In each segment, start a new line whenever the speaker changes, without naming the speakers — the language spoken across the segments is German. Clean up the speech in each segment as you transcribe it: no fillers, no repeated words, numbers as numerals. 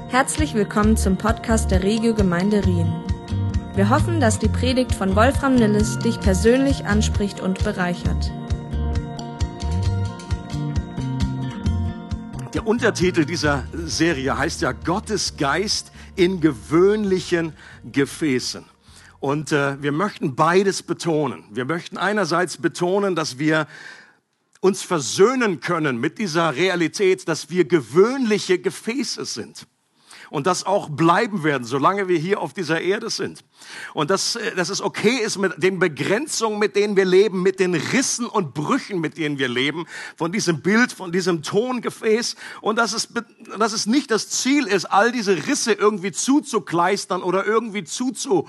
Herzlich willkommen zum Podcast der Regio Gemeinde Rien. Wir hoffen, dass die Predigt von Wolfram Nilles dich persönlich anspricht und bereichert.
Der Untertitel dieser Serie heißt ja Gottes Geist in gewöhnlichen Gefäßen. Und wir möchten beides betonen. Wir möchten einerseits betonen, dass wir uns versöhnen können mit dieser Realität, dass wir gewöhnliche Gefäße sind. Und das auch bleiben werden, solange wir hier auf dieser Erde sind. Und dass es okay ist mit den Begrenzungen, mit denen wir leben, mit den Rissen und Brüchen, mit denen wir leben, von diesem Bild, von diesem Tongefäß. Und dass es nicht das Ziel ist, all diese Risse irgendwie zuzukleistern oder irgendwie zu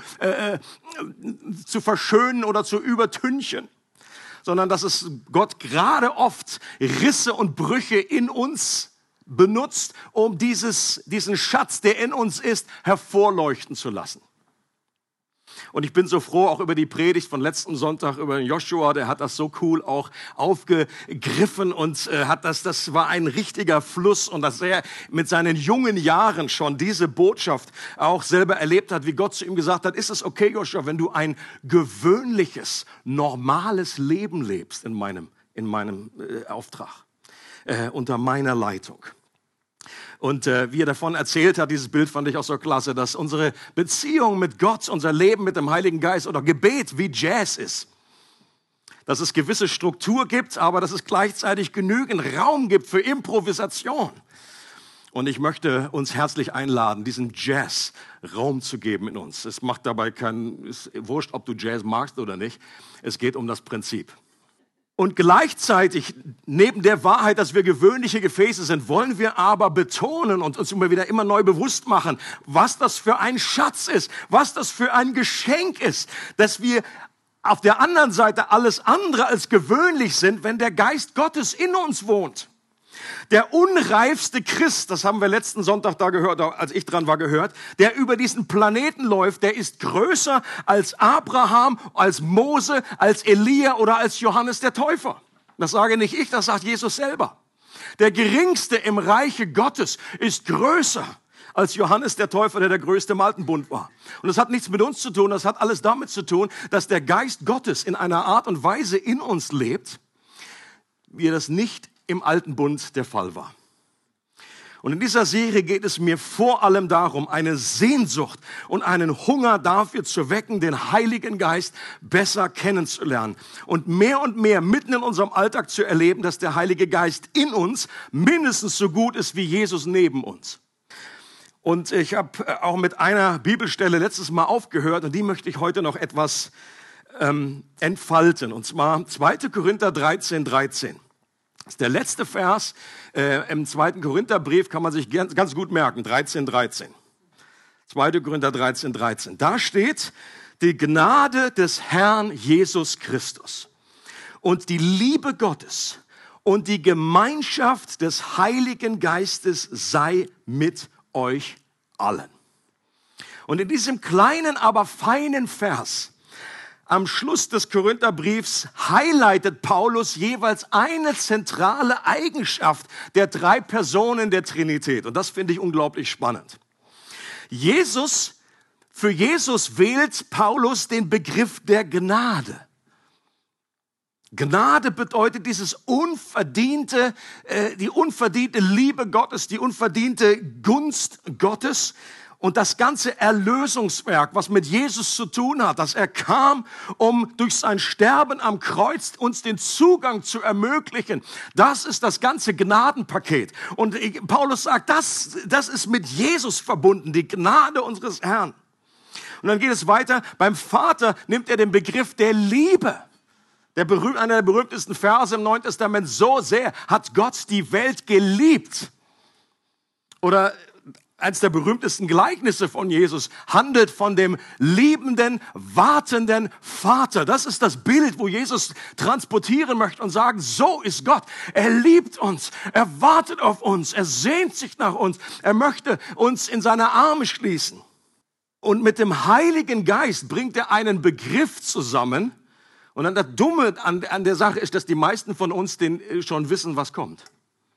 verschönen oder zu übertünchen. Sondern dass es Gott gerade oft Risse und Brüche in uns benutzt, um diesen Schatz, der in uns ist, hervorleuchten zu lassen. Und ich bin so froh, auch über die Predigt von letzten Sonntag, über Joshua, der hat das so cool auch aufgegriffen und das war ein richtiger Fluss und dass er mit seinen jungen Jahren schon diese Botschaft auch selber erlebt hat, wie Gott zu ihm gesagt hat, ist es okay, Joshua, wenn du ein gewöhnliches, normales Leben lebst in meinem Auftrag, unter meiner Leitung. Und wie er davon erzählt hat, dieses Bild fand ich auch so klasse, dass unsere Beziehung mit Gott, unser Leben mit dem Heiligen Geist oder Gebet wie Jazz ist. Dass es gewisse Struktur gibt, aber dass es gleichzeitig genügend Raum gibt für Improvisation. Und ich möchte uns herzlich einladen, diesen Jazz Raum zu geben in uns. Es macht dabei ist wurscht, ob du Jazz magst oder nicht. Es geht um das Prinzip. Und gleichzeitig, neben der Wahrheit, dass wir gewöhnliche Gefäße sind, wollen wir aber betonen und uns immer neu bewusst machen, was das für ein Schatz ist, was das für ein Geschenk ist, dass wir auf der anderen Seite alles andere als gewöhnlich sind, wenn der Geist Gottes in uns wohnt. Der unreifste Christ, das haben wir letzten Sonntag da gehört, als ich dran war gehört, der über diesen Planeten läuft, der ist größer als Abraham, als Mose, als Elia oder als Johannes der Täufer. Das sage nicht ich, das sagt Jesus selber. Der Geringste im Reiche Gottes ist größer als Johannes der Täufer, der größte im Alten Bund war. Und das hat nichts mit uns zu tun, das hat alles damit zu tun, dass der Geist Gottes in einer Art und Weise in uns lebt, wie er das nicht im Alten Bund der Fall war. Und in dieser Serie geht es mir vor allem darum, eine Sehnsucht und einen Hunger dafür zu wecken, den Heiligen Geist besser kennenzulernen und mehr mitten in unserem Alltag zu erleben, dass der Heilige Geist in uns mindestens so gut ist wie Jesus neben uns. Und ich habe auch mit einer Bibelstelle letztes Mal aufgehört und die möchte ich heute noch etwas entfalten. Und zwar 2. Korinther 13,13. Das ist der letzte Vers im 2. Korintherbrief, kann man sich ganz gut merken, 13,13. 2. Korinther 13,13. Da steht, die Gnade des Herrn Jesus Christus und die Liebe Gottes und die Gemeinschaft des Heiligen Geistes sei mit euch allen. Und in diesem kleinen, aber feinen Vers am Schluss des Korintherbriefs highlightet Paulus jeweils eine zentrale Eigenschaft der 3 Personen der Trinität. Und das finde ich unglaublich spannend. Für Jesus wählt Paulus den Begriff der Gnade. Gnade bedeutet die unverdiente Liebe Gottes, die unverdiente Gunst Gottes. Und das ganze Erlösungswerk, was mit Jesus zu tun hat, dass er kam, um durch sein Sterben am Kreuz uns den Zugang zu ermöglichen, das ist das ganze Gnadenpaket. Und Paulus sagt, das ist mit Jesus verbunden, die Gnade unseres Herrn. Und dann geht es weiter, beim Vater nimmt er den Begriff der Liebe. Einer der berühmtesten Verse im Neuen Testament, so sehr hat Gott die Welt geliebt. Oder eines der berühmtesten Gleichnisse von Jesus handelt von dem liebenden, wartenden Vater. Das ist das Bild, wo Jesus transportieren möchte und sagen, so ist Gott. Er liebt uns, er wartet auf uns, er sehnt sich nach uns, er möchte uns in seine Arme schließen. Und mit dem Heiligen Geist bringt er einen Begriff zusammen. Und dann das Dumme an der Sache ist, dass die meisten von uns schon wissen, was kommt.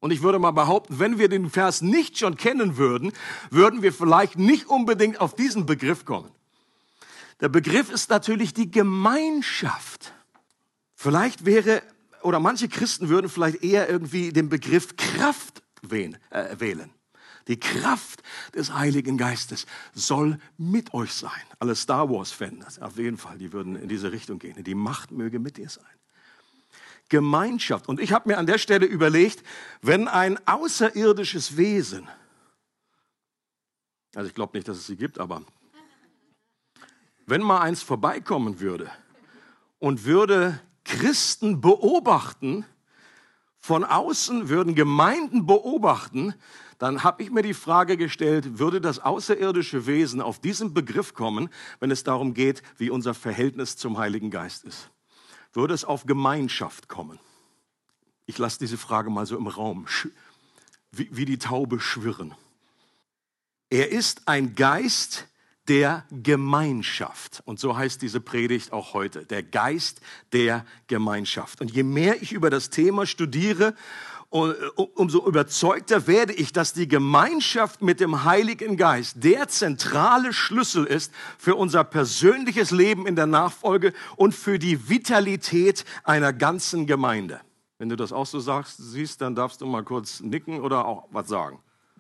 Und ich würde mal behaupten, wenn wir den Vers nicht schon kennen würden, würden wir vielleicht nicht unbedingt auf diesen Begriff kommen. Der Begriff ist natürlich die Gemeinschaft. Vielleicht oder manche Christen würden vielleicht eher irgendwie den Begriff Kraft wählen. Die Kraft des Heiligen Geistes soll mit euch sein. Alle Star Wars-Fans, auf jeden Fall, die würden in diese Richtung gehen. Die Macht möge mit dir sein. Gemeinschaft. Und ich habe mir an der Stelle überlegt, wenn ein außerirdisches Wesen, also ich glaube nicht, dass es sie gibt, aber wenn mal eins vorbeikommen würde und würde Christen beobachten, von außen würden Gemeinden beobachten, dann habe ich mir die Frage gestellt, würde das außerirdische Wesen auf diesen Begriff kommen, wenn es darum geht, wie unser Verhältnis zum Heiligen Geist ist? Würde es auf Gemeinschaft kommen? Ich lasse diese Frage mal so im Raum, wie die Taube schwirren. Er ist ein Geist der Gemeinschaft. Und so heißt diese Predigt auch heute, der Geist der Gemeinschaft. Und je mehr ich über das Thema studiere, umso überzeugter werde ich, dass die Gemeinschaft mit dem Heiligen Geist der zentrale Schlüssel ist für unser persönliches Leben in der Nachfolge und für die Vitalität einer ganzen Gemeinde. Wenn du das auch so siehst, dann darfst du mal kurz nicken oder auch was sagen.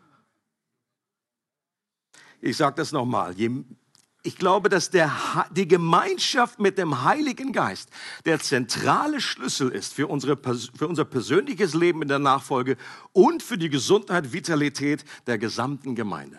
Ich sage das nochmal. Ich glaube, dass die Gemeinschaft mit dem Heiligen Geist der zentrale Schlüssel ist für unser persönliches Leben in der Nachfolge und für die Gesundheit, Vitalität der gesamten Gemeinde.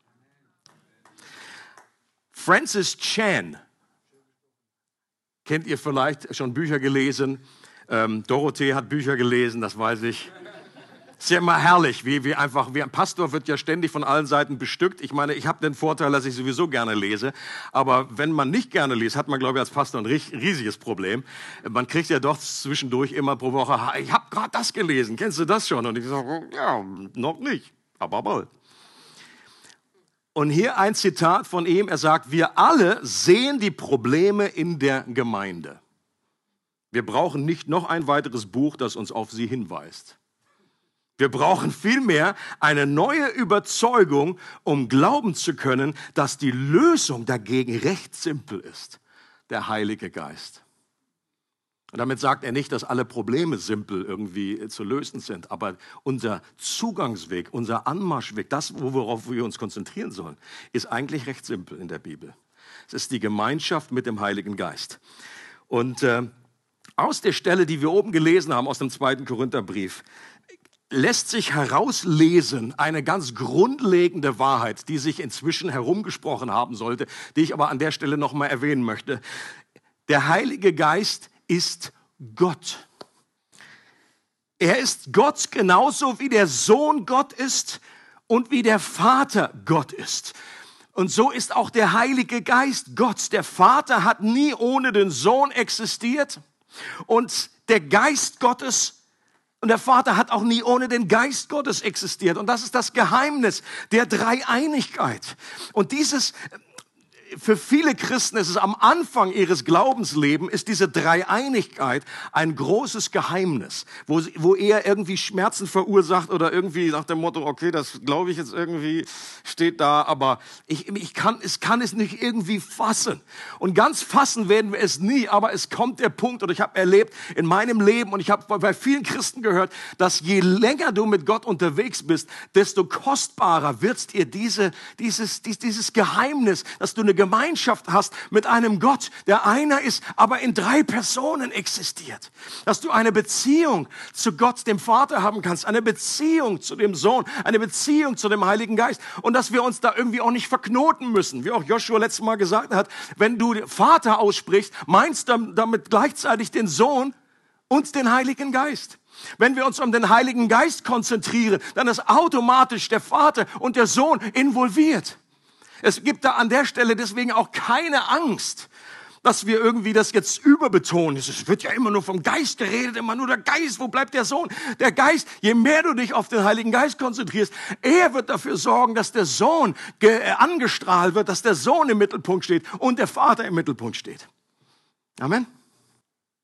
Francis Chan, kennt ihr vielleicht, schon Bücher gelesen. Dorothee hat Bücher gelesen, das weiß ich. Ist ja immer herrlich, wie ein Pastor wird ja ständig von allen Seiten bestückt. Ich meine, ich habe den Vorteil, dass ich sowieso gerne lese. Aber wenn man nicht gerne liest, hat man, glaube ich, als Pastor ein riesiges Problem. Man kriegt ja doch zwischendurch immer pro Woche, ich habe gerade das gelesen, kennst du das schon? Und ich sage, ja, noch nicht, aber bald. Und hier ein Zitat von ihm, er sagt, wir alle sehen die Probleme in der Gemeinde. Wir brauchen nicht noch ein weiteres Buch, das uns auf sie hinweist. Wir brauchen vielmehr eine neue Überzeugung, um glauben zu können, dass die Lösung dagegen recht simpel ist. Der Heilige Geist. Und damit sagt er nicht, dass alle Probleme simpel irgendwie zu lösen sind, aber unser Zugangsweg, unser Anmarschweg, das, worauf wir uns konzentrieren sollen, ist eigentlich recht simpel in der Bibel. Es ist die Gemeinschaft mit dem Heiligen Geist. Und aus der Stelle, die wir oben gelesen haben, aus dem 2. Korintherbrief, lässt sich herauslesen eine ganz grundlegende Wahrheit, die sich inzwischen herumgesprochen haben sollte, die ich aber an der Stelle noch mal erwähnen möchte. Der Heilige Geist ist Gott. Er ist Gott genauso wie der Sohn Gott ist und wie der Vater Gott ist. Und so ist auch der Heilige Geist Gott. Der Vater hat nie ohne den Sohn existiert und der Geist Gottes und der Vater hat auch nie ohne den Geist Gottes existiert. Und das ist das Geheimnis der Dreieinigkeit. Und für viele Christen ist es am Anfang ihres Glaubenslebens, ist diese Dreieinigkeit ein großes Geheimnis, wo er irgendwie Schmerzen verursacht oder irgendwie nach dem Motto, okay, das glaube ich jetzt irgendwie, steht da, aber ich kann es nicht irgendwie fassen. Und ganz fassen werden wir es nie, aber es kommt der Punkt, und ich habe erlebt in meinem Leben, und ich habe bei vielen Christen gehört, dass je länger du mit Gott unterwegs bist, desto kostbarer wird dir dieses Geheimnis, dass du eine Gemeinschaft hast mit einem Gott, der einer ist, aber in 3 Personen existiert. Dass du eine Beziehung zu Gott, dem Vater, haben kannst, eine Beziehung zu dem Sohn, eine Beziehung zu dem Heiligen Geist und dass wir uns da irgendwie auch nicht verknoten müssen. Wie auch Joshua letztes Mal gesagt hat, wenn du Vater aussprichst, meinst du damit gleichzeitig den Sohn und den Heiligen Geist. Wenn wir uns um den Heiligen Geist konzentrieren, dann ist automatisch der Vater und der Sohn involviert. Es gibt da an der Stelle deswegen auch keine Angst, dass wir irgendwie das jetzt überbetonen. Es wird ja immer nur vom Geist geredet, immer nur der Geist. Wo bleibt der Sohn? Der Geist, je mehr du dich auf den Heiligen Geist konzentrierst, er wird dafür sorgen, dass der Sohn angestrahlt wird, dass der Sohn im Mittelpunkt steht und der Vater im Mittelpunkt steht. Amen.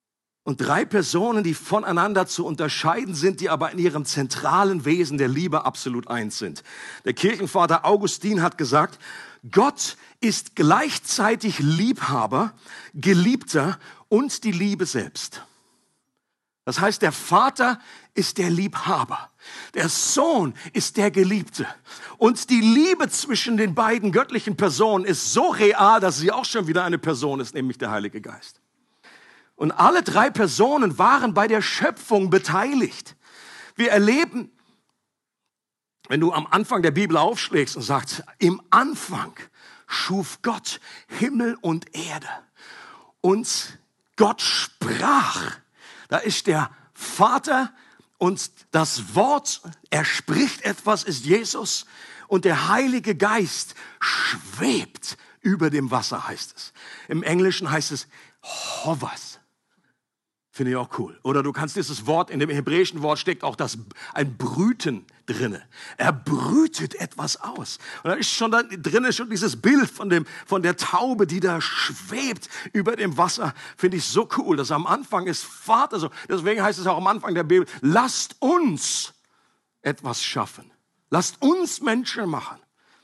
Und 3 Personen, die voneinander zu unterscheiden sind, die aber in ihrem zentralen Wesen der Liebe absolut eins sind. Der Kirchenvater Augustin hat gesagt, Gott ist gleichzeitig Liebhaber, Geliebter und die Liebe selbst. Das heißt, der Vater ist der Liebhaber, der Sohn ist der Geliebte. Und die Liebe zwischen den beiden göttlichen Personen ist so real, dass sie auch schon wieder eine Person ist, nämlich der Heilige Geist. Und alle 3 Personen waren bei der Schöpfung beteiligt. Wir erleben, wenn du am Anfang der Bibel aufschlägst und sagst, im Anfang schuf Gott Himmel und Erde. Und Gott sprach. Da ist der Vater und das Wort, er spricht etwas, ist Jesus. Und der Heilige Geist schwebt über dem Wasser, heißt es. Im Englischen heißt es hovers. Finde ich auch cool. Oder du kannst dieses Wort, in dem hebräischen Wort steckt auch ein Brüten drinne. Er brütet etwas aus. Und da ist schon drinne schon dieses Bild von der Taube, die da schwebt über dem Wasser. Finde ich so cool, dass am Anfang ist Vater so. Deswegen heißt es auch am Anfang der Bibel, lasst uns etwas schaffen. Lasst uns Menschen machen.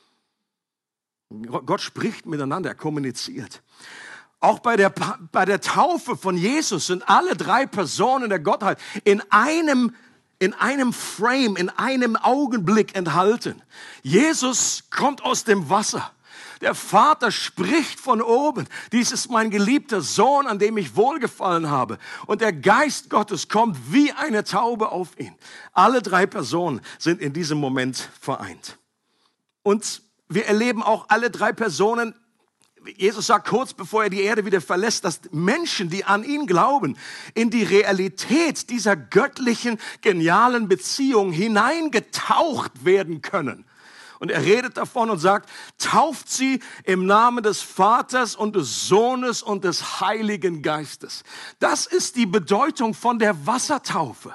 Gott spricht miteinander, er kommuniziert. Auch bei der Taufe von Jesus sind alle 3 Personen der Gottheit in einem Frame, in einem Augenblick enthalten. Jesus kommt aus dem Wasser. Der Vater spricht von oben. Dies ist mein geliebter Sohn, an dem ich wohlgefallen habe. Und der Geist Gottes kommt wie eine Taube auf ihn. Alle 3 Personen sind in diesem Moment vereint. Und wir erleben auch alle 3 Personen. Jesus sagt kurz bevor er die Erde wieder verlässt, dass Menschen, die an ihn glauben, in die Realität dieser göttlichen, genialen Beziehung hineingetaucht werden können. Und er redet davon und sagt, tauft sie im Namen des Vaters und des Sohnes und des Heiligen Geistes. Das ist die Bedeutung von der Wassertaufe.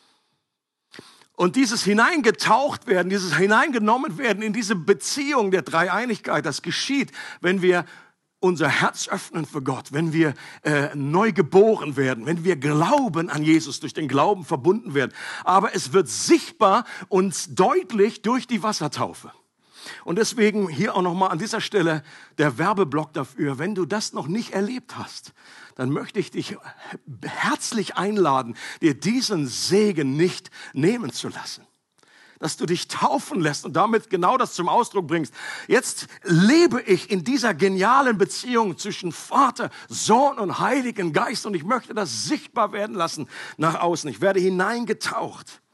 Und dieses hineingetaucht werden, dieses hineingenommen werden in diese Beziehung der Dreieinigkeit, das geschieht, wenn wir unser Herz öffnen für Gott, wenn wir neu geboren werden, wenn wir glauben an Jesus, durch den Glauben verbunden werden. Aber es wird sichtbar und deutlich durch die Wassertaufe. Und deswegen hier auch nochmal an dieser Stelle der Werbeblock dafür, wenn du das noch nicht erlebt hast, dann möchte ich dich herzlich einladen, dir diesen Segen nicht nehmen zu lassen. Dass du dich taufen lässt und damit genau das zum Ausdruck bringst. Jetzt lebe ich in dieser genialen Beziehung zwischen Vater, Sohn und Heiligen Geist und ich möchte das sichtbar werden lassen nach außen. Ich werde hineingetaucht.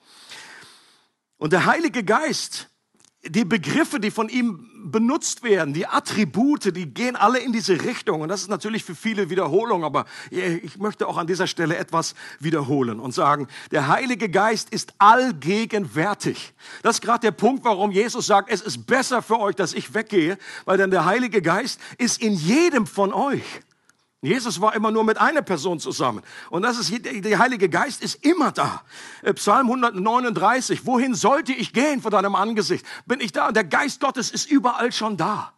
Und der Heilige Geist, die Begriffe, die von ihm benutzt werden, die Attribute, die gehen alle in diese Richtung. Und das ist natürlich für viele Wiederholung, aber ich möchte auch an dieser Stelle etwas wiederholen und sagen, der Heilige Geist ist allgegenwärtig. Das ist gerade der Punkt, warum Jesus sagt, es ist besser für euch, dass ich weggehe, weil denn der Heilige Geist ist in jedem von euch. Jesus war immer nur mit einer Person zusammen. Und das ist, der Heilige Geist ist immer da. Psalm 139, wohin sollte ich gehen vor deinem Angesicht? Bin ich da? Und der Geist Gottes ist überall schon da.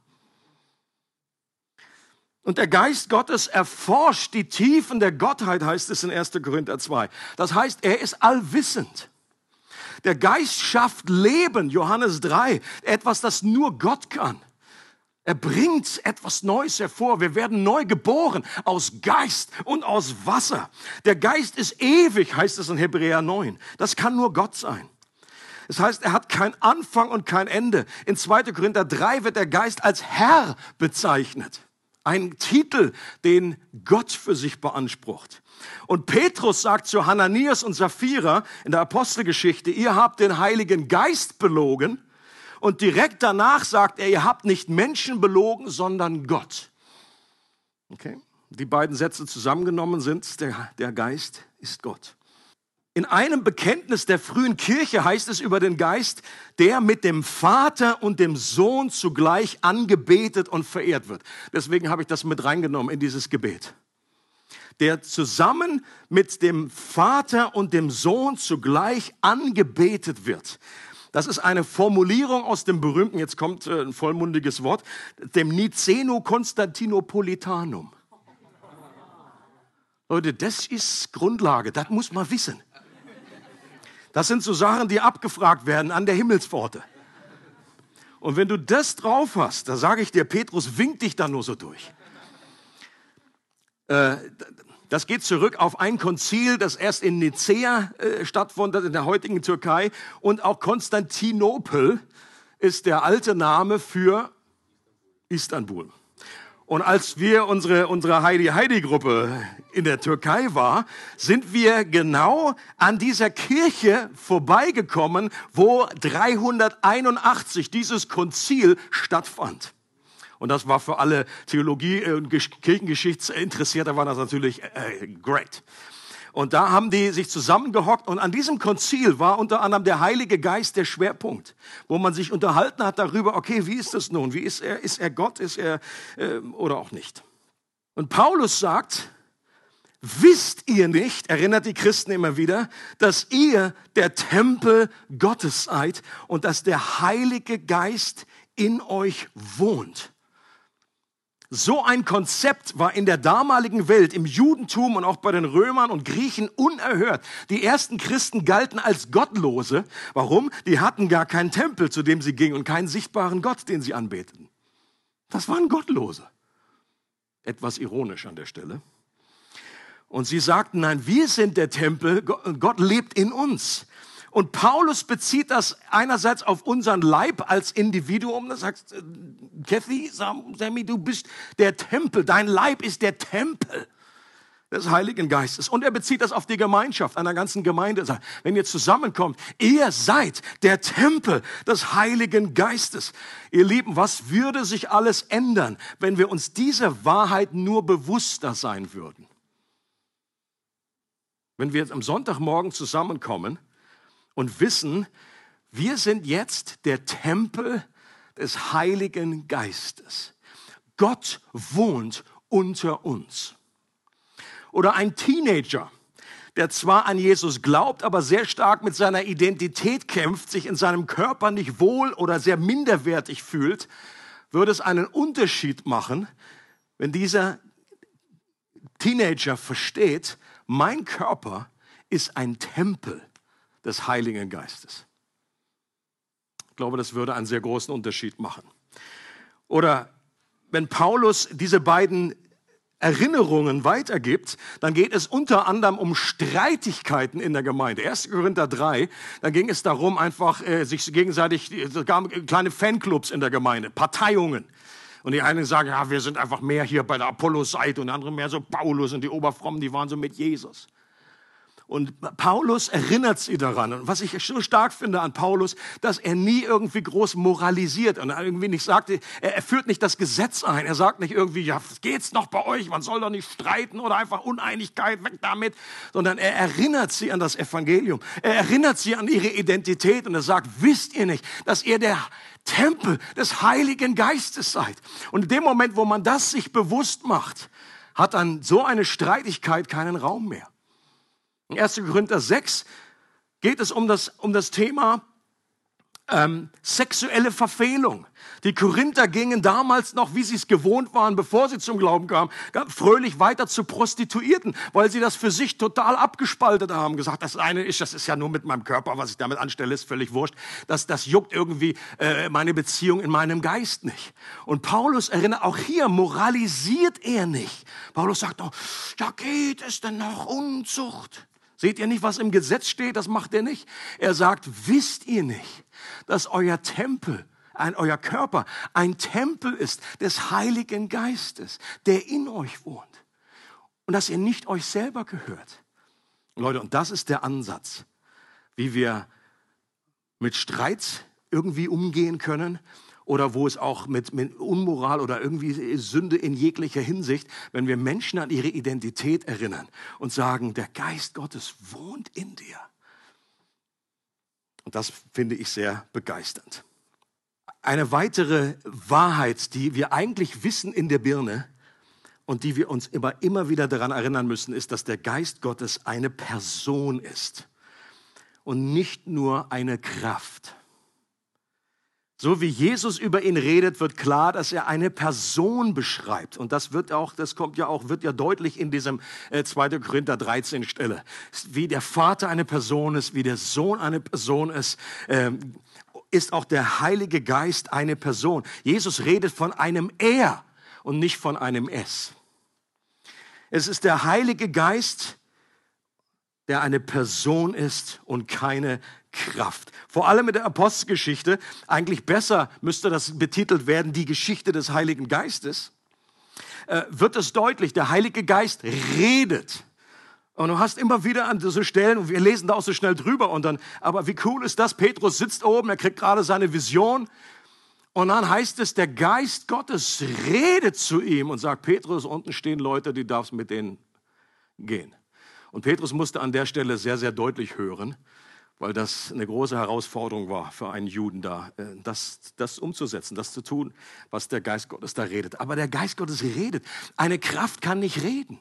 Und der Geist Gottes erforscht die Tiefen der Gottheit, heißt es in 1. Korinther 2. Das heißt, er ist allwissend. Der Geist schafft Leben, Johannes 3, etwas, das nur Gott kann. Er bringt etwas Neues hervor. Wir werden neu geboren aus Geist und aus Wasser. Der Geist ist ewig, heißt es in Hebräer 9. Das kann nur Gott sein. Das heißt, er hat keinen Anfang und kein Ende. In 2. Korinther 3 wird der Geist als Herr bezeichnet. Ein Titel, den Gott für sich beansprucht. Und Petrus sagt zu Hananias und Sapphira in der Apostelgeschichte, ihr habt den Heiligen Geist belogen. Und direkt danach sagt er, ihr habt nicht Menschen belogen, sondern Gott. Okay? Die beiden Sätze zusammengenommen sind, der Geist ist Gott. In einem Bekenntnis der frühen Kirche heißt es über den Geist, der mit dem Vater und dem Sohn zugleich angebetet und verehrt wird. Deswegen habe ich das mit reingenommen in dieses Gebet. Der zusammen mit dem Vater und dem Sohn zugleich angebetet wird. Das ist eine Formulierung aus dem berühmten, jetzt kommt ein vollmundiges Wort, dem Niceno-Konstantinopolitanum. Leute, das ist Grundlage, das muss man wissen. Das sind so Sachen, die abgefragt werden an der Himmelspforte. Und wenn du das drauf hast, da sage ich dir, Petrus winkt dich da nur so durch. Das geht zurück auf ein Konzil, das erst in Nicäa stattfand, in der heutigen Türkei. Und auch Konstantinopel ist der alte Name für Istanbul. Und als wir unsere Heidi-Heidi-Gruppe in der Türkei war, sind wir genau an dieser Kirche vorbeigekommen, wo 381 dieses Konzil stattfand. Und das war für alle Theologie- und Kirchengeschichtsinteressierte war das natürlich great. Und da haben die sich zusammengehockt und an diesem Konzil war unter anderem der Heilige Geist der Schwerpunkt, wo man sich unterhalten hat darüber, okay, wie ist das nun? Wie ist er? Ist er Gott? Ist er oder auch nicht? Und Paulus sagt, wisst ihr nicht, erinnert die Christen immer wieder, dass ihr der Tempel Gottes seid und dass der Heilige Geist in euch wohnt? So ein Konzept war in der damaligen Welt, im Judentum und auch bei den Römern und Griechen unerhört. Die ersten Christen galten als Gottlose. Warum? Die hatten gar keinen Tempel, zu dem sie gingen und keinen sichtbaren Gott, den sie anbeteten. Das waren Gottlose. Etwas ironisch an der Stelle. Und sie sagten, nein, wir sind der Tempel, Gott lebt in uns. Und Paulus bezieht das einerseits auf unseren Leib als Individuum. Das sagt, Kathy, Sammy, du bist der Tempel. Dein Leib ist der Tempel des Heiligen Geistes. Und er bezieht das auf die Gemeinschaft einer ganzen Gemeinde. Wenn ihr zusammenkommt, ihr seid der Tempel des Heiligen Geistes. Ihr Lieben, was würde sich alles ändern, wenn wir uns dieser Wahrheit nur bewusster sein würden? Wenn wir jetzt am Sonntagmorgen zusammenkommen und wissen, wir sind jetzt der Tempel des Heiligen Geistes. Gott wohnt unter uns. Oder ein Teenager, der zwar an Jesus glaubt, aber sehr stark mit seiner Identität kämpft, sich in seinem Körper nicht wohl oder sehr minderwertig fühlt, würde es einen Unterschied machen, wenn dieser Teenager versteht, mein Körper ist ein Tempel des Heiligen Geistes. Ich glaube, das würde einen sehr großen Unterschied machen. Oder wenn Paulus diese beiden Erinnerungen weitergibt, dann geht es unter anderem um Streitigkeiten in der Gemeinde. 1. Korinther 3, da ging es darum, einfach sich gegenseitig, es gab kleine Fanclubs in der Gemeinde, Parteiungen. Und die einen sagen, ja, wir sind einfach mehr hier bei der Apollos-Seite und die anderen mehr so Paulus und die Oberfrommen, die waren so mit Jesus. Und Paulus erinnert sie daran. Und was ich so stark finde an Paulus, dass er nie irgendwie groß moralisiert und irgendwie nicht sagt, er führt nicht das Gesetz ein. Er sagt nicht irgendwie, ja, geht's noch bei euch? Man soll doch nicht streiten oder einfach Uneinigkeit, weg damit. Sondern er erinnert sie an das Evangelium. Er erinnert sie an ihre Identität und er sagt, wisst ihr nicht, dass ihr der Tempel des Heiligen Geistes seid? Und in dem Moment, wo man das sich bewusst macht, hat dann so eine Streitigkeit keinen Raum mehr. In 1. Korinther 6 geht es um das Thema sexuelle Verfehlung. Die Korinther gingen damals noch, wie sie es gewohnt waren, bevor sie zum Glauben kamen, fröhlich weiter zu Prostituierten, weil sie das für sich total abgespaltet haben. Gesagt, das ist ja nur mit meinem Körper, was ich damit anstelle, ist völlig wurscht. Das juckt irgendwie meine Beziehung in meinem Geist nicht. Und Paulus erinnert, auch hier moralisiert er nicht. Paulus sagt noch, da geht es denn noch Unzucht. Seht ihr nicht, was im Gesetz steht? Das macht er nicht. Er sagt, wisst ihr nicht, dass euer Tempel, euer Körper ein Tempel ist des Heiligen Geistes, der in euch wohnt und dass ihr nicht euch selber gehört. Leute, und das ist der Ansatz, wie wir mit Streits irgendwie umgehen können oder wo es auch mit Unmoral oder irgendwie Sünde in jeglicher Hinsicht, wenn wir Menschen an ihre Identität erinnern und sagen, der Geist Gottes wohnt in dir. Und das finde ich sehr begeisternd. Eine weitere Wahrheit, die wir eigentlich wissen in der Birne und die wir uns immer wieder daran erinnern müssen, ist, dass der Geist Gottes eine Person ist und nicht nur eine Kraft. So wie Jesus über ihn redet, wird klar, dass er eine Person beschreibt. Und das wird ja deutlich in diesem 2. Korinther 13 Stelle. Wie der Vater eine Person ist, wie der Sohn eine Person ist auch der Heilige Geist eine Person. Jesus redet von einem Er und nicht von einem Es. Es ist der Heilige Geist, der eine Person ist und keine Kraft. Vor allem in der Apostelgeschichte, eigentlich besser müsste das betitelt werden, die Geschichte des Heiligen Geistes, wird es deutlich, der Heilige Geist redet. Und du hast immer wieder an so Stellen, und wir lesen da auch so schnell drüber, und dann, aber wie cool ist das? Petrus sitzt oben, er kriegt gerade seine Vision, und dann heißt es, der Geist Gottes redet zu ihm und sagt, Petrus, unten stehen Leute, die darfst mit denen gehen. Und Petrus musste an der Stelle sehr, sehr deutlich hören, weil das eine große Herausforderung war für einen Juden da, das umzusetzen, das zu tun, was der Geist Gottes da redet. Aber der Geist Gottes redet. Eine Kraft kann nicht reden.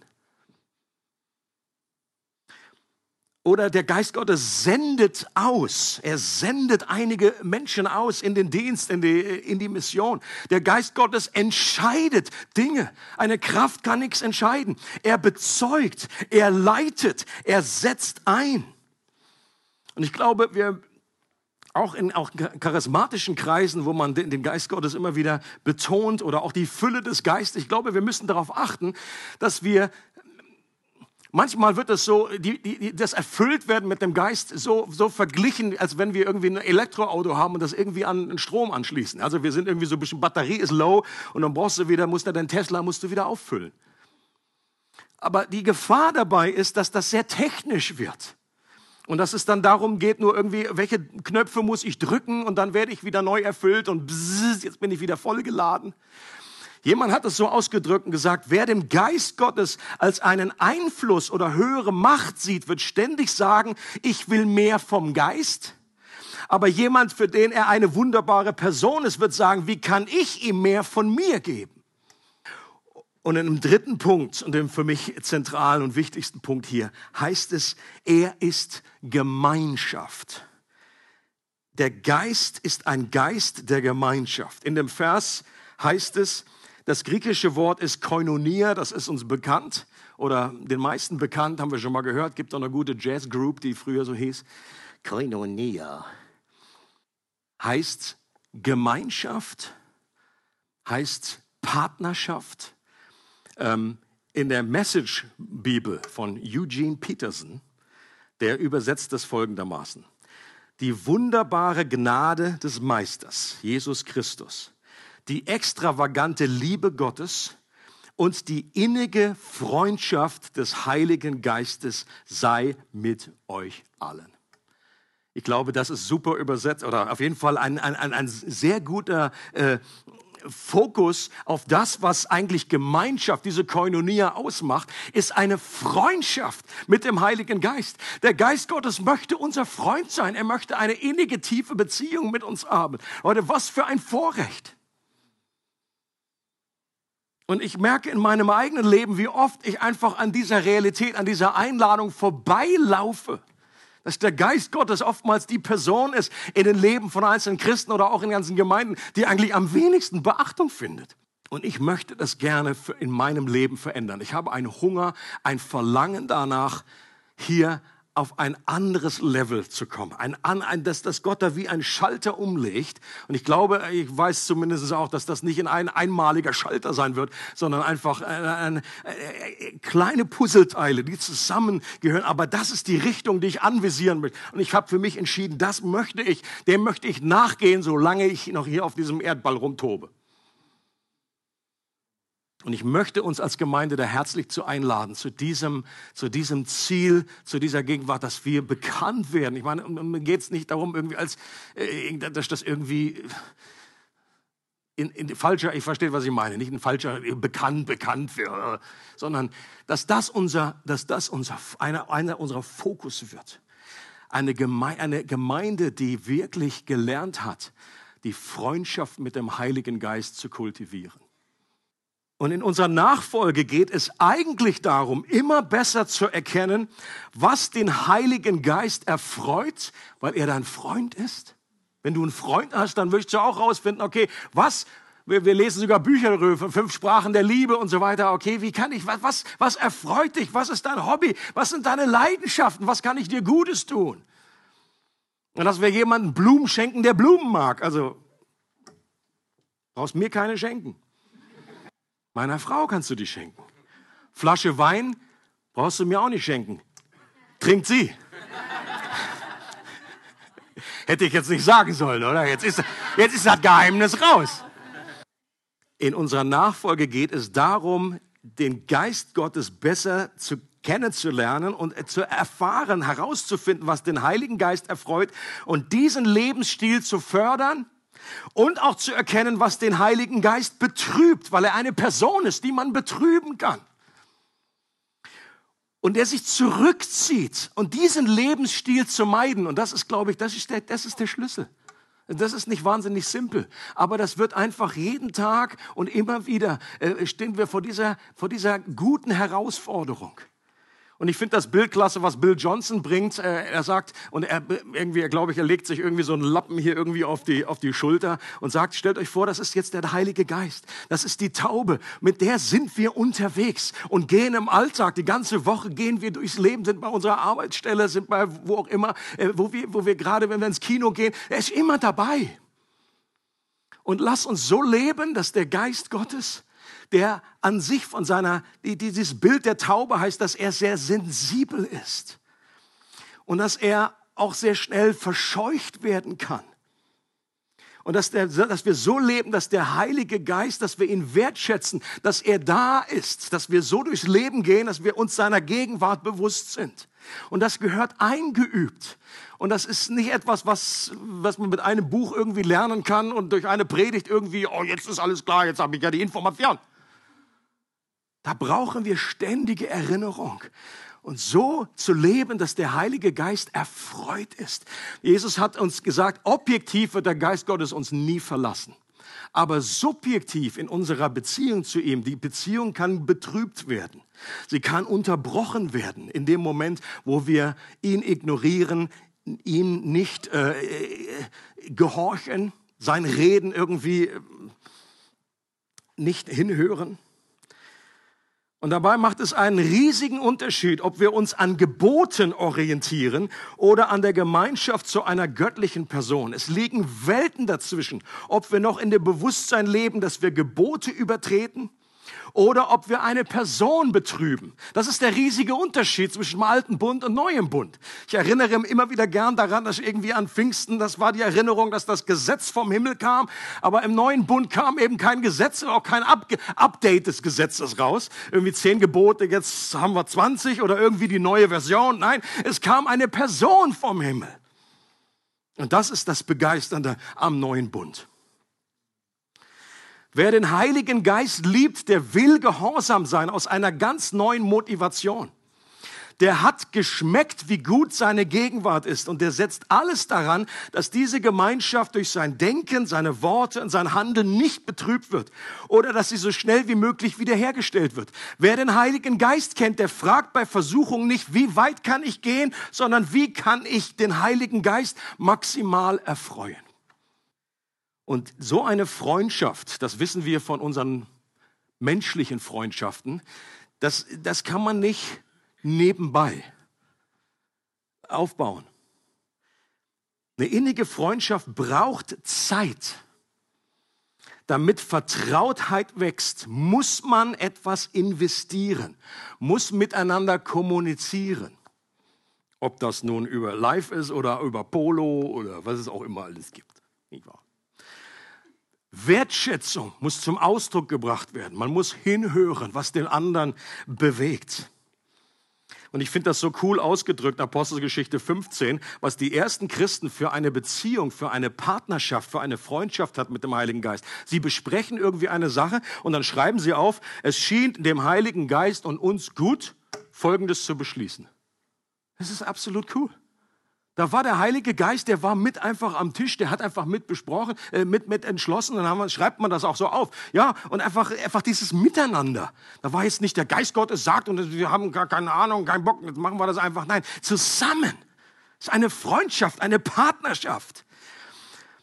Oder der Geist Gottes sendet aus. Er sendet einige Menschen aus in den Dienst, in die Mission. Der Geist Gottes entscheidet Dinge. Eine Kraft kann nichts entscheiden. Er bezeugt, er leitet, er setzt ein. Und ich glaube, wir auch in charismatischen Kreisen, wo man den Geist Gottes immer wieder betont oder auch die Fülle des Geistes, ich glaube, wir müssen darauf achten, dass wir manchmal wird es so, das erfüllt werden mit dem Geist so verglichen, als wenn wir irgendwie ein Elektroauto haben und das irgendwie an Strom anschließen. Also wir sind irgendwie so ein bisschen, Batterie ist low und dann musst du wieder auffüllen. Aber die Gefahr dabei ist, dass das sehr technisch wird. Und dass es dann darum geht, nur irgendwie, welche Knöpfe muss ich drücken und dann werde ich wieder neu erfüllt und bzzz, jetzt bin ich wieder vollgeladen. Jemand hat es so ausgedrückt und gesagt, wer den Geist Gottes als einen Einfluss oder höhere Macht sieht, wird ständig sagen, ich will mehr vom Geist. Aber jemand, für den er eine wunderbare Person ist, wird sagen, wie kann ich ihm mehr von mir geben? Und in dem dritten Punkt und dem für mich zentralen und wichtigsten Punkt hier heißt es, er ist Gemeinschaft. Der Geist ist ein Geist der Gemeinschaft. In dem Vers heißt es, das griechische Wort ist Koinonia, das ist uns bekannt oder den meisten bekannt, haben wir schon mal gehört. Gibt auch eine gute Jazzgroup, die früher so hieß. Koinonia heißt Gemeinschaft, heißt Partnerschaft. In der Message-Bibel von Eugene Peterson, der übersetzt das folgendermaßen. Die wunderbare Gnade des Meisters, Jesus Christus, die extravagante Liebe Gottes und die innige Freundschaft des Heiligen Geistes sei mit euch allen. Ich glaube, das ist super übersetzt oder auf jeden Fall ein sehr guter Fokus auf das, was eigentlich Gemeinschaft, diese Koinonia ausmacht, ist eine Freundschaft mit dem Heiligen Geist. Der Geist Gottes möchte unser Freund sein. Er möchte eine innige, tiefe Beziehung mit uns haben. Leute, was für ein Vorrecht. Und ich merke in meinem eigenen Leben, wie oft ich einfach an dieser Realität, an dieser Einladung vorbeilaufe. Dass der Geist Gottes oftmals die Person ist in den Leben von einzelnen Christen oder auch in ganzen Gemeinden, die eigentlich am wenigsten Beachtung findet. Und ich möchte das gerne in meinem Leben verändern. Ich habe einen Hunger, ein Verlangen danach, hier auf ein anderes Level zu kommen. Dass Gott da wie ein Schalter umlegt. Und ich glaube, ich weiß zumindest auch, dass das nicht ein einmaliger Schalter sein wird, sondern einfach kleine Puzzleteile, die zusammengehören. Aber das ist die Richtung, die ich anvisieren möchte. Und ich habe für mich entschieden, dem möchte ich nachgehen, solange ich noch hier auf diesem Erdball rumtobe. Und ich möchte uns als Gemeinde da herzlich zu einladen, zu diesem Ziel, zu dieser Gegenwart, dass wir bekannt werden. Ich meine, mir geht es nicht darum, irgendwie dass das irgendwie in falscher, ich verstehe, was ich meine, nicht ein falscher bekannt wird, sondern dass das einer unserer Fokus wird. Eine Gemeinde, die wirklich gelernt hat, die Freundschaft mit dem Heiligen Geist zu kultivieren. Und in unserer Nachfolge geht es eigentlich darum, immer besser zu erkennen, was den Heiligen Geist erfreut, weil er dein Freund ist. Wenn du einen Freund hast, dann willst du auch rausfinden, okay, wir lesen sogar Bücher darüber, 5 Sprachen der Liebe und so weiter. Okay, wie kann ich, was erfreut dich? Was ist dein Hobby? Was sind deine Leidenschaften? Was kann ich dir Gutes tun? Und dass wir jemanden Blumen schenken, der Blumen mag. Also, brauchst mir keine schenken. Meiner Frau kannst du die schenken. Flasche Wein brauchst du mir auch nicht schenken. Trinkt sie. Hätte ich jetzt nicht sagen sollen, oder? Jetzt ist das Geheimnis raus. In unserer Nachfolge geht es darum, den Geist Gottes besser kennenzulernen und zu erfahren, herauszufinden, was den Heiligen Geist erfreut und diesen Lebensstil zu fördern und auch zu erkennen, was den Heiligen Geist betrübt, weil er eine Person ist, die man betrüben kann. Und der sich zurückzieht und diesen Lebensstil zu meiden. Und das ist, glaube ich, das ist der Schlüssel. Das ist nicht wahnsinnig simpel, aber das wird einfach jeden Tag und immer wieder stehen wir vor dieser guten Herausforderung. Und ich finde das Bild klasse, was Bill Johnson bringt. Er sagt, und er legt sich irgendwie so einen Lappen hier irgendwie auf die Schulter und sagt, stellt euch vor, das ist jetzt der Heilige Geist. Das ist die Taube, mit der sind wir unterwegs und gehen im Alltag. Die ganze Woche gehen wir durchs Leben, sind bei unserer Arbeitsstelle, sind bei wo auch immer, wo wir gerade, wenn wir ins Kino gehen, er ist immer dabei. Und lass uns so leben, dass der Geist Gottes, der an sich von dieses Bild der Taube heißt, dass er sehr sensibel ist und dass er auch sehr schnell verscheucht werden kann. Und dass wir so leben, dass der Heilige Geist, dass wir ihn wertschätzen, dass er da ist, dass wir so durchs Leben gehen, dass wir uns seiner Gegenwart bewusst sind. Und das gehört eingeübt. Und das ist nicht etwas, was man mit einem Buch irgendwie lernen kann und durch eine Predigt irgendwie, oh, jetzt ist alles klar, jetzt habe ich ja die Information. Da brauchen wir ständige Erinnerung. Und so zu leben, dass der Heilige Geist erfreut ist. Jesus hat uns gesagt, objektiv wird der Geist Gottes uns nie verlassen. Aber subjektiv in unserer Beziehung zu ihm, die Beziehung kann betrübt werden. Sie kann unterbrochen werden in dem Moment, wo wir ihn ignorieren, ihm nicht gehorchen, sein Reden irgendwie nicht hinhören. Und dabei macht es einen riesigen Unterschied, ob wir uns an Geboten orientieren oder an der Gemeinschaft zu einer göttlichen Person. Es liegen Welten dazwischen, ob wir noch in dem Bewusstsein leben, dass wir Gebote übertreten oder ob wir eine Person betrüben. Das ist der riesige Unterschied zwischen dem alten Bund und neuem Bund. Ich erinnere immer wieder gern daran, dass irgendwie an Pfingsten, das war die Erinnerung, dass das Gesetz vom Himmel kam, aber im neuen Bund kam eben kein Gesetz, auch kein Update des Gesetzes raus. Irgendwie 10 Gebote, jetzt haben wir 20 oder irgendwie die neue Version. Nein, es kam eine Person vom Himmel. Und das ist das Begeisternde am neuen Bund. Wer den Heiligen Geist liebt, der will gehorsam sein aus einer ganz neuen Motivation. Der hat geschmeckt, wie gut seine Gegenwart ist und der setzt alles daran, dass diese Gemeinschaft durch sein Denken, seine Worte und sein Handeln nicht betrübt wird oder dass sie so schnell wie möglich wiederhergestellt wird. Wer den Heiligen Geist kennt, der fragt bei Versuchung nicht, wie weit kann ich gehen, sondern wie kann ich den Heiligen Geist maximal erfreuen. Und so eine Freundschaft, das wissen wir von unseren menschlichen Freundschaften, das kann man nicht nebenbei aufbauen. Eine innige Freundschaft braucht Zeit. Damit Vertrautheit wächst, muss man etwas investieren, muss miteinander kommunizieren. Ob das nun über Live ist oder über Polo oder was es auch immer alles gibt. Nicht wahr? Wertschätzung muss zum Ausdruck gebracht werden. Man muss hinhören, was den anderen bewegt. Und ich finde das so cool ausgedrückt, Apostelgeschichte 15, was die ersten Christen für eine Beziehung, für eine Partnerschaft, für eine Freundschaft hat mit dem Heiligen Geist. Sie besprechen irgendwie eine Sache und dann schreiben sie auf, es schien dem Heiligen Geist und uns gut, Folgendes zu beschließen. Das ist absolut cool. Da war der Heilige Geist, der war mit einfach am Tisch, der hat einfach mit besprochen, mit entschlossen, dann schreibt man das auch so auf. Ja, und einfach dieses Miteinander. Da war jetzt nicht der Geist Gottes sagt und wir haben gar keine Ahnung, keinen Bock, jetzt machen wir das einfach. Nein, zusammen. Das ist eine Freundschaft, eine Partnerschaft.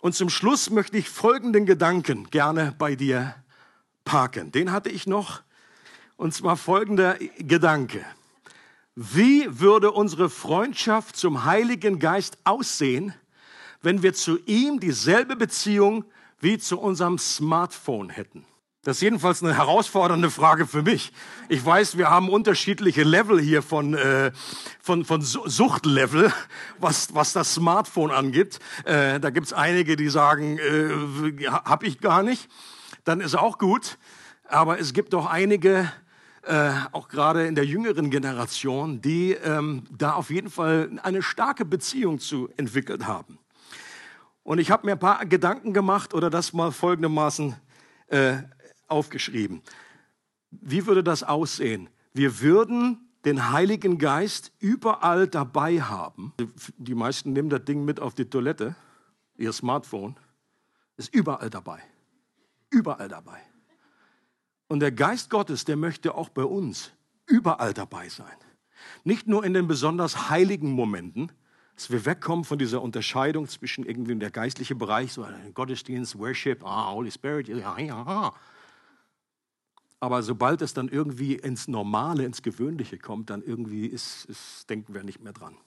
Und zum Schluss möchte ich folgenden Gedanken gerne bei dir parken. Den hatte ich noch, und zwar folgender Gedanke. Wie würde unsere Freundschaft zum Heiligen Geist aussehen, wenn wir zu ihm dieselbe Beziehung wie zu unserem Smartphone hätten? Das ist jedenfalls eine herausfordernde Frage für mich. Ich weiß, wir haben unterschiedliche Level hier von Suchtlevel, was das Smartphone angeht. Da gibt's einige, die sagen, hab ich gar nicht. Dann ist auch gut. Aber es gibt auch einige, auch gerade in der jüngeren Generation, die da auf jeden Fall eine starke Beziehung zu entwickelt haben. Und ich habe mir ein paar Gedanken gemacht oder das mal folgendermaßen aufgeschrieben. Wie würde das aussehen? Wir würden den Heiligen Geist überall dabei haben. Die meisten nehmen das Ding mit auf die Toilette. Ihr Smartphone ist überall dabei. Überall dabei. Und der Geist Gottes, der möchte auch bei uns überall dabei sein. Nicht nur in den besonders heiligen Momenten, dass wir wegkommen von dieser Unterscheidung zwischen irgendwie der geistliche Bereich, so Gottesdienst, Worship, Holy Spirit, ja. Aber sobald es dann irgendwie ins Normale, ins Gewöhnliche kommt, dann irgendwie denken wir nicht mehr dran.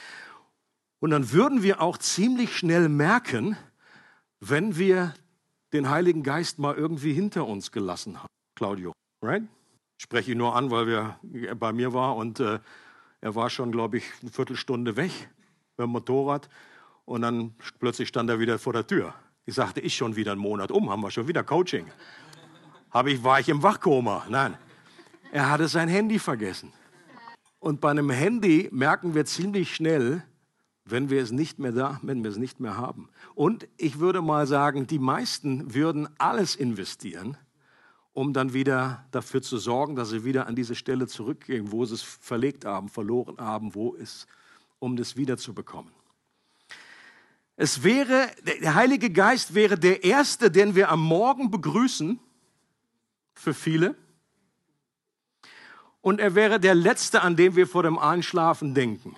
Und dann würden wir auch ziemlich schnell merken, wenn wir den Heiligen Geist mal irgendwie hinter uns gelassen haben. Claudio, right? Spreche ihn nur an, weil er bei mir war und er war schon, glaube ich, eine Viertelstunde weg mit dem Motorrad und dann plötzlich stand er wieder vor der Tür. Ich sagte, ich schon wieder einen Monat haben wir schon wieder Coaching. War ich im Wachkoma? Nein. Er hatte sein Handy vergessen. Und bei einem Handy merken wir ziemlich schnell, wenn wir es nicht mehr haben. Und ich würde mal sagen, die meisten würden alles investieren, um dann wieder dafür zu sorgen, dass sie wieder an diese Stelle zurückgehen, wo sie es verlegt haben, verloren haben, um das wiederzubekommen. Der Heilige Geist wäre der Erste, den wir am Morgen begrüßen, für viele. Und er wäre der Letzte, an den wir vor dem Einschlafen denken.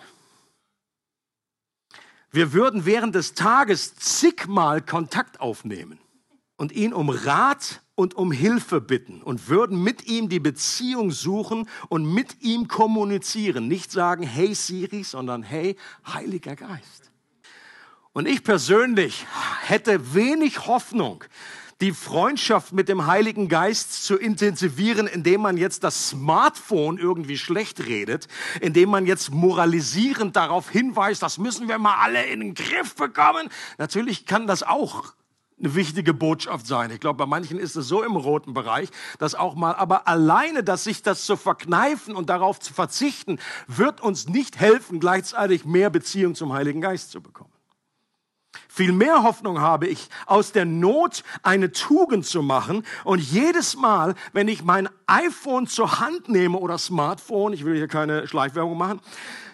Wir würden während des Tages zigmal Kontakt aufnehmen und ihn um Rat und um Hilfe bitten und würden mit ihm die Beziehung suchen und mit ihm kommunizieren. Nicht sagen, hey Siri, sondern hey, Heiliger Geist. Und ich persönlich hätte wenig Hoffnung, die Freundschaft mit dem Heiligen Geist zu intensivieren, indem man jetzt das Smartphone irgendwie schlecht redet, indem man jetzt moralisierend darauf hinweist, das müssen wir mal alle in den Griff bekommen. Natürlich kann das auch eine wichtige Botschaft sein. Ich glaube, bei manchen ist es so im roten Bereich, dass auch mal, aber alleine, sich das zu verkneifen und darauf zu verzichten, wird uns nicht helfen, gleichzeitig mehr Beziehung zum Heiligen Geist zu bekommen. Viel mehr Hoffnung habe ich, aus der Not eine Tugend zu machen und jedes Mal, wenn ich mein iPhone zur Hand nehme oder Smartphone, ich will hier keine Schleichwerbung machen,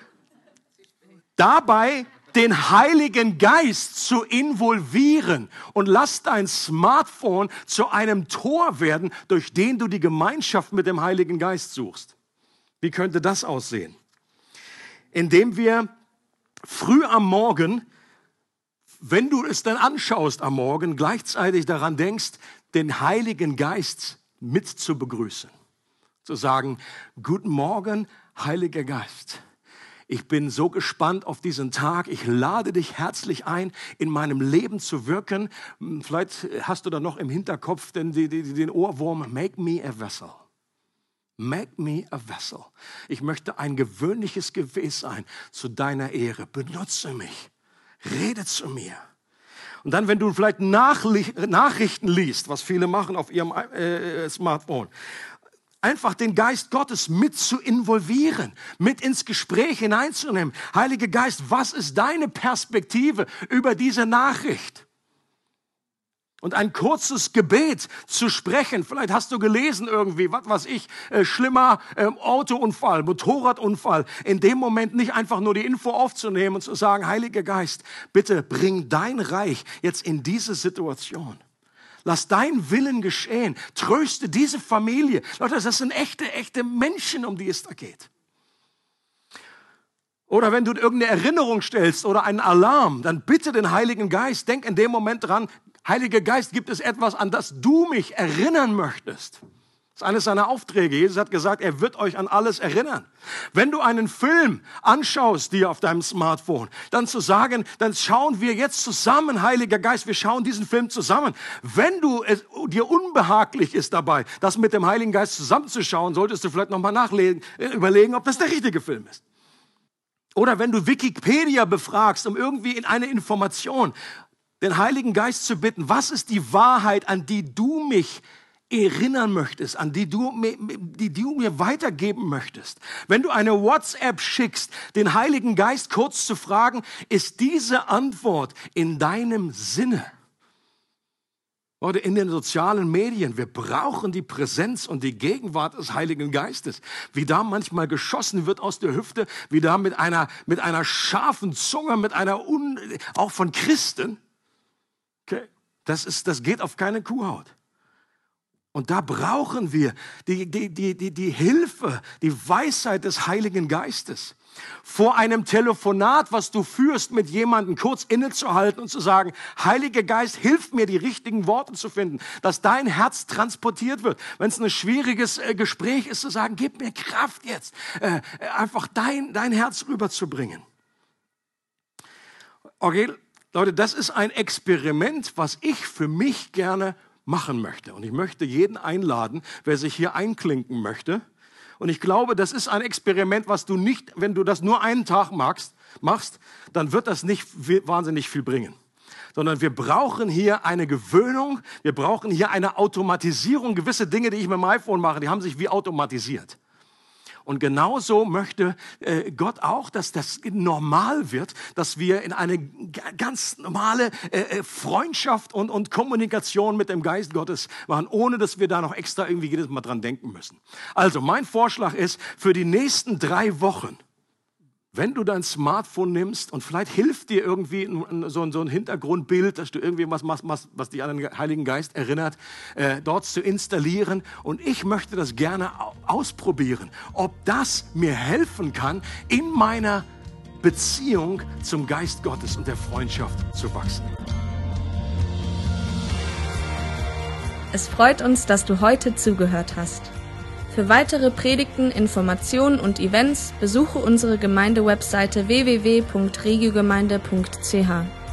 dabei den Heiligen Geist zu involvieren und lass dein Smartphone zu einem Tor werden, durch den du die Gemeinschaft mit dem Heiligen Geist suchst. Wie könnte das aussehen? Indem wir früh am Morgen, wenn du es dann anschaust am Morgen, gleichzeitig daran denkst, den Heiligen Geist mit zu begrüßen. Zu sagen, guten Morgen, Heiliger Geist. Ich bin so gespannt auf diesen Tag. Ich lade dich herzlich ein, in meinem Leben zu wirken. Vielleicht hast du da noch im Hinterkopf den Ohrwurm, make me a vessel. Make me a vessel. Ich möchte ein gewöhnliches Gefäß sein zu deiner Ehre. Benutze mich. Rede zu mir. Und dann, wenn du vielleicht Nachrichten liest, was viele machen auf ihrem Smartphone, einfach den Geist Gottes mit zu involvieren, mit ins Gespräch hineinzunehmen. Heiliger Geist, was ist deine Perspektive über diese Nachricht? Und ein kurzes Gebet zu sprechen. Vielleicht hast du gelesen irgendwie, was weiß ich, schlimmer Autounfall, Motorradunfall. In dem Moment nicht einfach nur die Info aufzunehmen und zu sagen, Heiliger Geist, bitte bring dein Reich jetzt in diese Situation. Lass dein Willen geschehen. Tröste diese Familie. Leute, das sind echte Menschen, um die es da geht. Oder wenn du irgendeine Erinnerung stellst oder einen Alarm, dann bitte den Heiligen Geist, denk in dem Moment dran, Heiliger Geist, gibt es etwas, an das du mich erinnern möchtest? Das ist eines seiner Aufträge. Jesus hat gesagt, er wird euch an alles erinnern. Wenn du einen Film anschaust, dir auf deinem Smartphone, dann zu sagen, dann schauen wir jetzt zusammen, Heiliger Geist, wir schauen diesen Film zusammen. Wenn dir unbehaglich ist dabei, das mit dem Heiligen Geist zusammenzuschauen, solltest du vielleicht nochmal überlegen, ob das der richtige Film ist. Oder wenn du Wikipedia befragst, um irgendwie in eine Information den Heiligen Geist zu bitten, was ist die Wahrheit, an die du mich erinnern möchtest, an die du mir weitergeben möchtest. Wenn du eine WhatsApp schickst, den Heiligen Geist kurz zu fragen, ist diese Antwort in deinem Sinne? Oder in den sozialen Medien, wir brauchen die Präsenz und die Gegenwart des Heiligen Geistes. Wie da manchmal geschossen wird aus der Hüfte, wie da mit einer scharfen Zunge, auch von Christen. Okay, das geht auf keine Kuhhaut. Und da brauchen wir die Hilfe, die Weisheit des Heiligen Geistes. Vor einem Telefonat, was du führst mit jemandem, kurz innezuhalten und zu sagen, Heiliger Geist, hilf mir, die richtigen Worte zu finden, dass dein Herz transportiert wird. Wenn es ein schwieriges Gespräch ist, zu sagen, gib mir Kraft jetzt, einfach dein Herz rüberzubringen. Okay, Leute, das ist ein Experiment, was ich für mich gerne machen möchte. Und ich möchte jeden einladen, wer sich hier einklinken möchte. Und ich glaube, das ist ein Experiment, was du nicht, wenn du das nur einen Tag machst, dann wird das nicht wahnsinnig viel bringen. Sondern wir brauchen hier eine Gewöhnung, wir brauchen hier eine Automatisierung. Gewisse Dinge, die ich mit dem iPhone mache, die haben sich wie automatisiert. Und genauso möchte Gott auch, dass das normal wird, dass wir in eine ganz normale Freundschaft und Kommunikation mit dem Geist Gottes machen, ohne dass wir da noch extra irgendwie jedes Mal dran denken müssen. Also mein Vorschlag ist, für die nächsten 3 Wochen, wenn du dein Smartphone nimmst und vielleicht hilft dir irgendwie so ein Hintergrundbild, dass du irgendwie was machst, was dich an den Heiligen Geist erinnert, dort zu installieren. Und ich möchte das gerne ausprobieren, ob das mir helfen kann, in meiner Beziehung zum Geist Gottes und der Freundschaft zu wachsen.
Es freut uns, dass du heute zugehört hast. Für weitere Predigten, Informationen und Events besuche unsere Gemeindewebseite www.regiogemeinde.ch.